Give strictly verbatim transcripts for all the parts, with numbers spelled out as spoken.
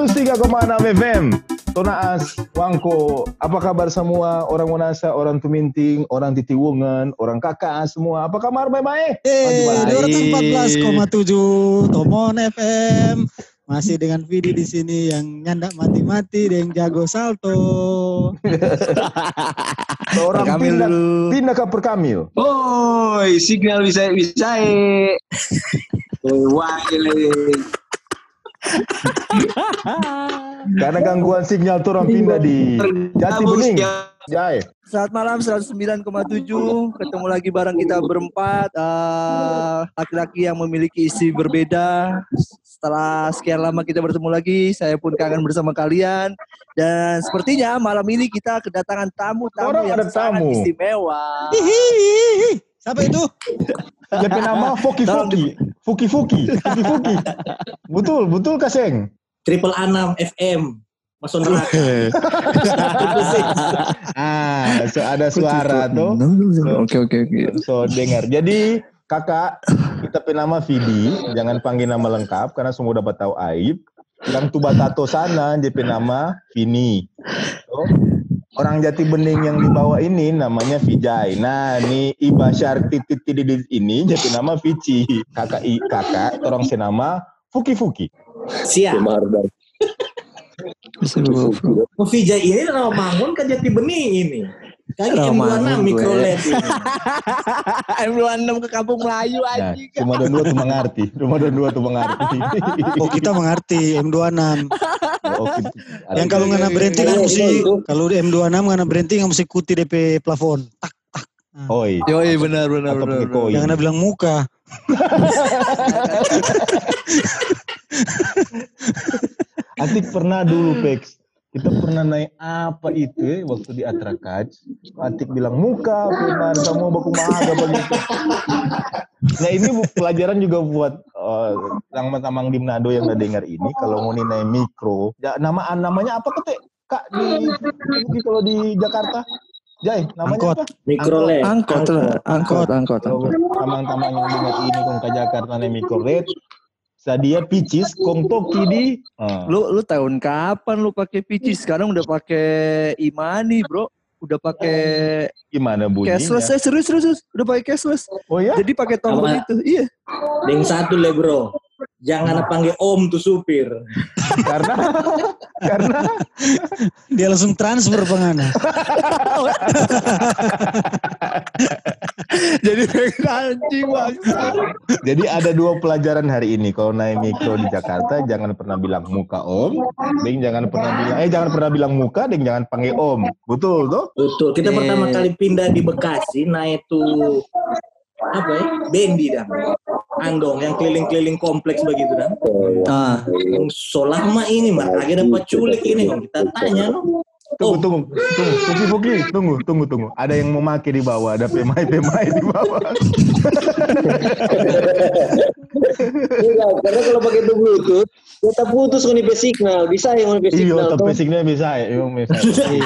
seratus tiga koma enam F M. Tonaas, Wangko, apa kabar semua? Orang Monasa, orang Tuminting, orang Titiwungan, orang Kakak semua. Apa kabar baik-baik? Eh, dua ratus empat belas koma tujuh Tomon F M. Masih dengan Vidi di sini yang nyandak mati-mati dan yang jago salto. Orang pindah, pindah ke Perkamil. Oh, signal bisa bisa. Wah, karena gangguan sinyal tuh orang pindah di Jati Bening. Jai. Selamat malam seratus sembilan koma tujuh. Ketemu lagi bareng kita berempat, uh, laki-laki yang memiliki istri berbeda. Setelah sekian lama kita bertemu lagi, saya pun kangen bersama kalian. Dan sepertinya malam ini kita kedatangan tamu-tamu orang yang ada sangat tamu. istimewa. Hihihi. Siapa itu? Dia nama Foki Foki. Fuki Fuki. Fuki Fuki. Betul, betul Kaseng. Triple A enam F M. Masuk neraka. Ah, so ada suara tuh. Oke oke oke. So dengar. Jadi kakak, kita penama Vidi. Jangan panggil nama lengkap karena semua dapat tahu aib. Yang tuba tato sana dia penama Vini. So, orang Jati Bening yang dibawa ini namanya Vijay. Nah, ini Iba Syar titit titit ini jadi nama Vici. Kakak i kakak, orang senama Fuki Fuki. Siap. Oh, Vijay ini nama bangun kan Jati Bening ini. Kali M dua puluh enam mikro L E D ini. M dua puluh enam ke Kampung Melayu aja. Nah, cuma ada dua tuh mengerti. Cuma ada dua tuh mengerti. Oh, kita mengerti M dua puluh enam. Oh, gitu. Yang kalau nggak berhenti kan mesti, kalau di M dua puluh enam nggak berhenti nggak mesti kuti D P plafon. Tak tak. Nah. Oi. Yoi benar benar Atau benar. pakai koin. Jangan ada bilang muka. Atik pernah dulu Pex. Kita pernah naik apa itu ya, waktu di Atrakaj. Atik bilang muka, peman, kamu baku maga begitu. Nah ini pelajaran juga buat uh, yang tamang di Manado yang udah dengar ini. Kalau mau nih naik mikro, ya, nama namanya apa ketek kak di, di kalau di Jakarta? Jai, namanya Angkot. apa? Mikro L E D. Angkot lah, angkot angkot. Kalau tamang-tamang yang dengar ini kong ke Jakarta naik mikro red. Sadia picis kong toki di. Uh. Lu lu tahun kapan lu pakai picis? Sekarang udah pakai Imani, Bro. Udah pakai Gimana bunyinya? cashless, eh, serius, serius serius. Udah pakai cashless. Oh ya? Jadi pakai tombol Apa? itu. Iya. Deng satu le bro. Jangan panggil om tuh supir. karena karena Dia langsung transfer pengana. Jadi anjing banget. Jadi ada dua pelajaran hari ini. Kalau naik mikro di Jakarta, jangan pernah bilang muka om. Deng jangan pernah bilang, eh jangan pernah bilang muka, deng jangan panggil om. Betul tuh? Betul. Kita Eh. pertama kali pindah di Bekasi naik tuh apa ya? Bendi dah. Andong yang keliling-keliling kompleks begitu dah. Ah. So lama ini mah agak dapat culik ini kok kita tanya no. Tunggu, tunggu, tunggu, Fuki, Fuki, tunggu, tunggu, tunggu. Ada yang mau make di bawah, ada pemain-pemain di bawah. Iya, karena kalau pakai itu Bluetooth, kita putus unipe signal, bisa yang unipe Iya, signal. tapi signalnya bisa ya. Iya, bisa.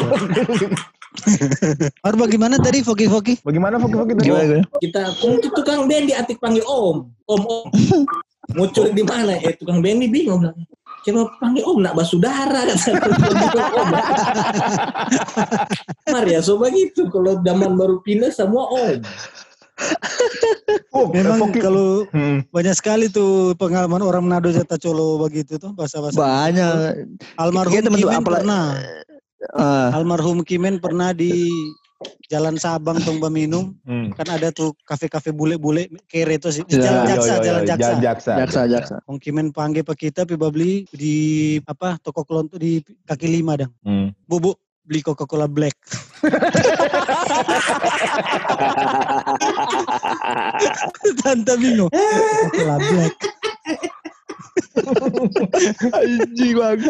Baru bagaimana tadi Foki-Foki? Bagaimana Fuki, Fuki? tadi? Gimana? Kita untuk tukang bendi atik panggil om, om om. Mau culik di mana? Eh tukang bendi bingung bilang. Coba panggil om nak basudara kata. Maria so begitu kalau zaman baru pindah semua om. Oh, Memang Fuki. kalau Hmm. banyak sekali tuh pengalaman orang Manado Jata Colo begitu tuh bahasa-bahasa. Banyak. Almarhum Kita teman-teman Kimen apalagi- pernah. Ah. Almarhum Kimen pernah di Jalan Sabang tong minum. Hmm. Kan ada tuh kafe-kafe bule-bule kere itu sih. Ya, Jalan Yo, Jaksa, yo, yo, Jalan Jaksa. Jalan Jaksa. Jaksa jaksa. Kong Kimen panggil pak kita pi beli di apa toko kelontok di kaki lima dang. Hmm. Bu, bu beli Coca-Cola Black. Tante bingung. Coca-Cola Black. Anjing banget.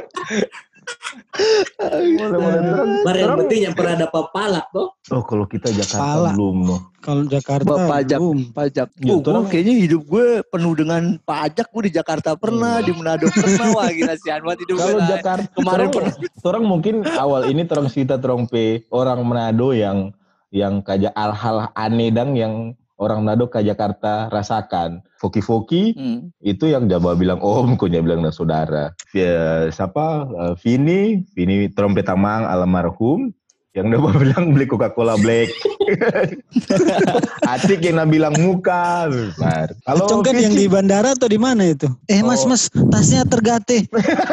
Boleh, boleh. Terang, Mar yang terang. penting yang pernah dapat palak toh. Oh, kalau kita Jakarta Pala. belum loh. Kalau Jakarta Ba- pajak, belum. pajak. Ya, Oh, gue orang- kayaknya hidup gue penuh dengan pajak. Gue di Jakarta pernah, di Manado pernah. Wah gila sih Anwar hidup gue. Kalau lah. Jakarta Kemarin terang, terang mungkin awal ini terang cerita terang pe orang Manado yang yang kayak hal-hal aneh dang yang orang Manado ke Jakarta rasakan. Foki-foki Hmm. itu yang Jawa bilang om, kunya bilang nah saudara. Ya, siapa? Uh, Vini, Vini trompet tamang almarhum. Yang Jawa bilang beli Coca-Cola Black. Atik yang nak bilang muka. Bentar. Kalau Acong kan Vici- yang di bandara atau di mana itu? Eh mas, Oh. mas, tasnya tergate.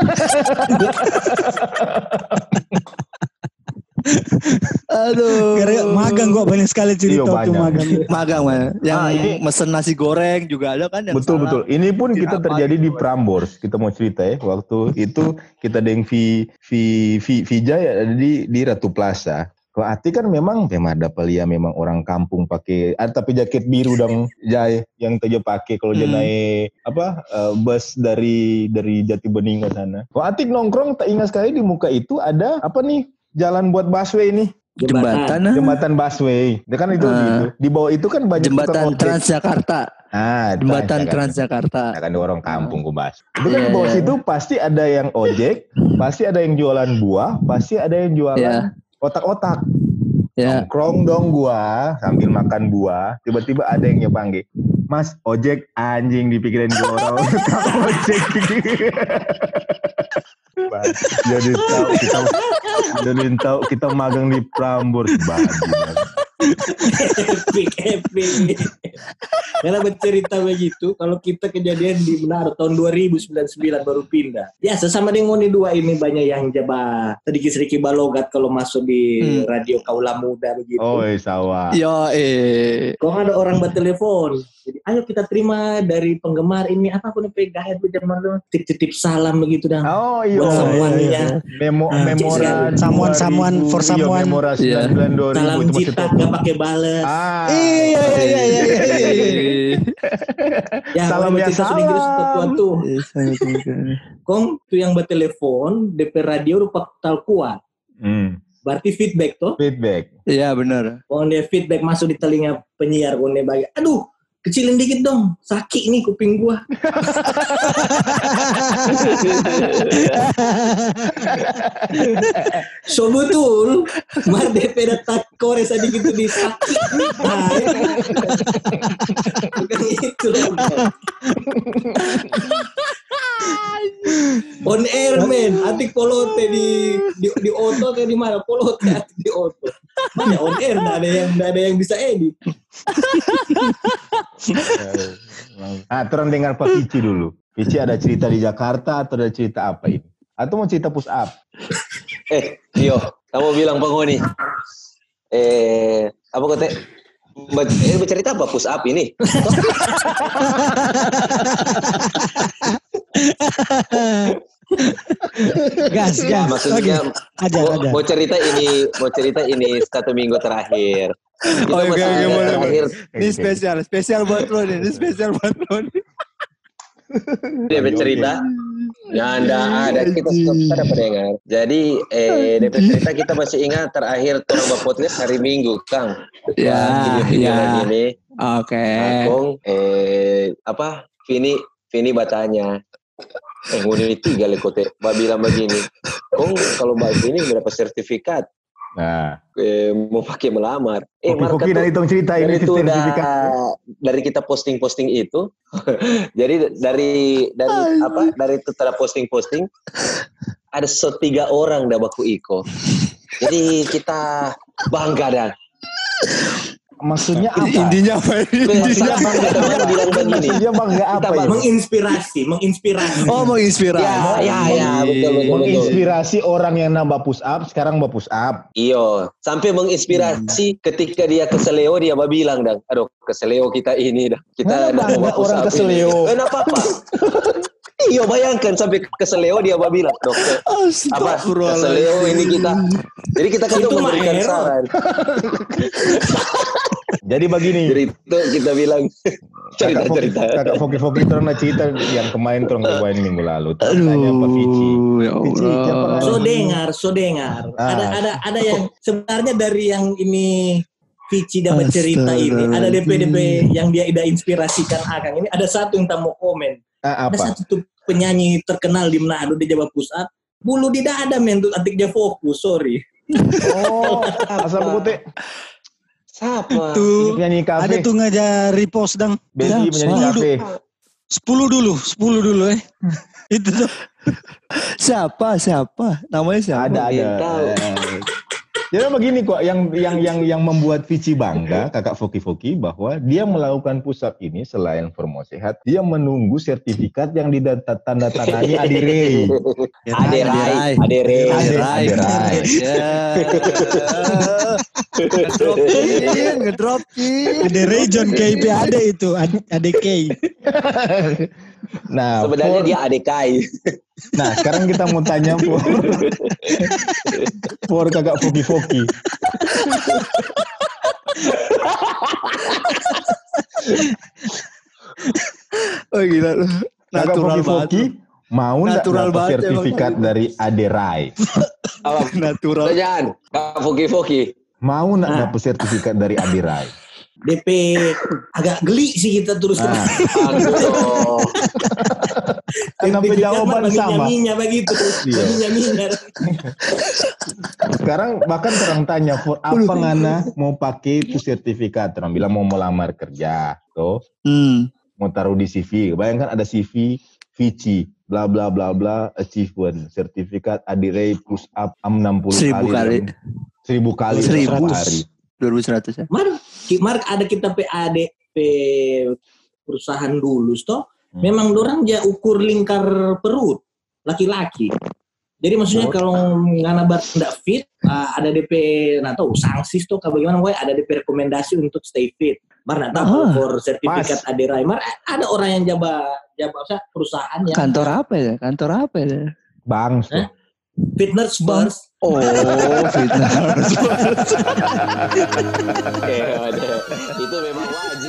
Aduh. Karena magang kok banyak sekali cerita Iya, waktu banyak. magang. Magang man. Yang Ah, ini- mesen nasi goreng juga ada kan yang Betul salah. betul. Ini pun Bikin kita apa terjadi gitu, di Mas. Prambors. Kita mau cerita ya. Waktu itu kita dengan Vi Vi Vi Vijay ada di di Ratu Plaza. Kalau Ati kan memang memang ada pelia memang orang kampung pakai ah, tapi jaket biru dan jay yang tejo pakai kalau dia Hmm. naik apa eh, bus dari dari Jati Bening ke sana. Kalau Ati nongkrong tak ingat sekali di muka itu ada apa nih jalan buat busway nih. Jembatan. ah. Jembatan busway. Dia kan itu Ah. gitu. Di bawah itu kan banyak Jembatan tukang ojek. Transjakarta. Ah, Jembatan Transjakarta. Transjakarta. Nah, kan orang kampung gue bahas. Itu kan Iya, di bawah iya. situ pasti ada yang ojek, pasti ada yang jualan buah, pasti ada yang jualan Iya. otak-otak. Ya. Nongkrong dong gua sambil makan buah, tiba-tiba ada yang nyepanggil. Mas, ojek anjing dipikirin gua orang tukang ojek. Bang, jadi tahu kita jadi tahu kita magang di Prambors bajingan. epic, epic. Karena bercerita begitu, kalau kita kejadian di Manado tahun dua ribu sembilan puluh sembilan baru pindah. Ya, sesama dengan Ngoni dua ini banyak yang jaba sedikit-sedikit balogat kalau masuk di Hmm. radio kaula muda begitu. Oh, sawah. Yo eh. Kalau ada orang bertelepon, jadi ayo kita terima dari penggemar ini apa pun pegahet zaman dulu, titip-titip salam begitu dah. Oh, iya. Buat semuanya. Memo Ah, memora someone, someone, dua ribu. for someone. Iya, memora Iya. sembilan puluh sembilan dua ribu Salam itu masih cita top. nggak pakai balas. Ah. Iya, iya, iya, iya, iya, iya, iya. Ya, Salam orang ya bercerita sudah Inggris salam. tua tuh. Kong tuh yang bertelepon, D P radio rupa tal kuat. Hmm. Berarti feedback tuh. Feedback. Iya benar. Kalau dia feedback masuk di telinga penyiar, kalau dia bagi, aduh, kecilin dikit dong, sakit nih kuping gua. So betul, mar D P datang kore sedikit di sakit nih. Hai. Bukan itu. On air men, atik polote di di di auto kayak di mana polote atik di auto. Mana on air, nggak ada yang nggak ada yang bisa edit. Ah, terus dengar Pak Vici dulu. Vici ada cerita di Jakarta atau ada cerita apa ini? Atau mau cerita push up? Eh, yo, kamu bilang Pengoni. Eh, apa kata? Eh, bercerita apa push up ini? Gas, gas. Maksudnya Oke. Ajar, mau, ajar. mau cerita ini, mau cerita ini satu minggu terakhir. Kita Oh, oke, masih oke, ada boleh, terakhir Ini spesial, spesial buat lo nih. Ini spesial buat lo nih. dia bercerita. Ya, enggak ada kita kita dapat dengar. Jadi eh dia bercerita kita masih ingat terakhir orang buat podcast hari Minggu, Kang. Ya, Video-video ya. ini. Oke. Akong eh apa? Vini Vini batanya. Eh nguni tiga lekote. Mbak bilang begini. Kong kalau Mbak Vini udah dapat sertifikat Nah, eh, mau pakai melamar. Eh Koki Koki Marka dari tuh hitung cerita dari ini itu udah sertifikat. dari kita posting-posting itu. Jadi dari dari apa? Dari itu telah posting-posting ada setiga orang dah baku iko. Jadi kita bangga dah. Maksudnya apa? Intinya apa ini? Maksudnya bangga teman bilang begini. Maksudnya bangga apa Kita ini? Menginspirasi, menginspirasi. Oh, menginspirasi. Ya, ya, ya, betul, betul, betul. Menginspirasi orang yang nambah push up, sekarang mbak push up. Iyo, sampai menginspirasi ketika dia ke Seleo dia bah bilang dah, aduh ke Seleo kita ini dah, kita Mana dah mau bangga push orang up ke Seleo? ini. Eh, apa apa? Iyo, bayangkan sampai ke Seleo dia bah bilang, dokter, apa ke Seleo ini kita, jadi kita kan Itu tuh memberikan mah error. saran. Jadi begini. Jadi itu kita bilang Kakak Foki, cerita-cerita. kakak Foki Foki itu orang cerita yang kemarin orang kebawain minggu lalu. Tanya Pak Vici. ya Vici, siapa Allah. So lagi? dengar, so dengar. Ah. Ada ada ada yang sebenarnya dari yang ini Vici dapat cerita ini, ada D P D P yang dia ida inspirasikan Akang ini. Ada satu yang tak mau komen. Ah, Ada apa? satu tuh penyanyi terkenal di Manado dia jawab push up. Bulu di dada men tuh atik dia fokus, sorry. Oh, asal putih. Siapa? Tuh Penyanyi ada kafe. tuh ngajar repost dang. Bedi penyanyi sepuluh kafe. sepuluh dulu, sepuluh dulu eh. Itu tuh. Siapa? Siapa? Namanya siapa? Ada ada. Belum tahu. Eh, Jadi begini kok, yang yang yang yang membuat Vici bangga, kakak Foki Foki, bahwa dia melakukan push up ini selain formo sehat, dia menunggu sertifikat yang ditandatangani Adirei. Ade Rai, Ade Rai. Ade- Ade Ade Rai. Ya. Ngedropin, ngedropin. Ada Ray John K P ada itu, ad- ada K. Nah, Sebenarnya for- dia Ade Kai. nah sekarang kita mau tanya for, for kakak Foki Foki. Oh gila lu. Kakak Natural Foki Foki banget. mau nggak Natural dapat banget sertifikat emang. dari Ade Rai? Apa? Natural. Pertanyaan, Kak Foki Foki. Mau nggak Ah. dapat sertifikat dari Ade Rai? D P agak geli sih kita terus Nah, Aduh. kenapa jawaban sama? Minya begitu. Iya. Minya minya. Sekarang bahkan orang tanya, for apa ngana mau pakai itu sertifikat? Orang bilang mau melamar kerja, tuh Hmm. mau taruh di C V. Bayangkan ada C V, Vici, bla bla bla bla, achievement, sertifikat Adirei push up enam puluh Seribu kali, kali. dalam- seribu kali Seribu. dalam hari. dua ribu seratus ya. Mar, Mar ada kita P A D P perusahaan dulu, toh. Hmm. Memang dorang ja ukur lingkar perut laki-laki. Jadi maksudnya Oh. kalau ngana bar tidak fit, ah, ada D P, nah tahu sanksi toh, kayak bagaimana, gue ada D P rekomendasi untuk stay fit. Mar nak tahu Ah, for sertifikat Aderai. Mar ada orang yang jaba jaba apa, perusahaan yang Kantor apa ya? Kantor apa ya? Bang, Eh? fitness first. Oh, fitness. Oke, ada. Itu memang wajib.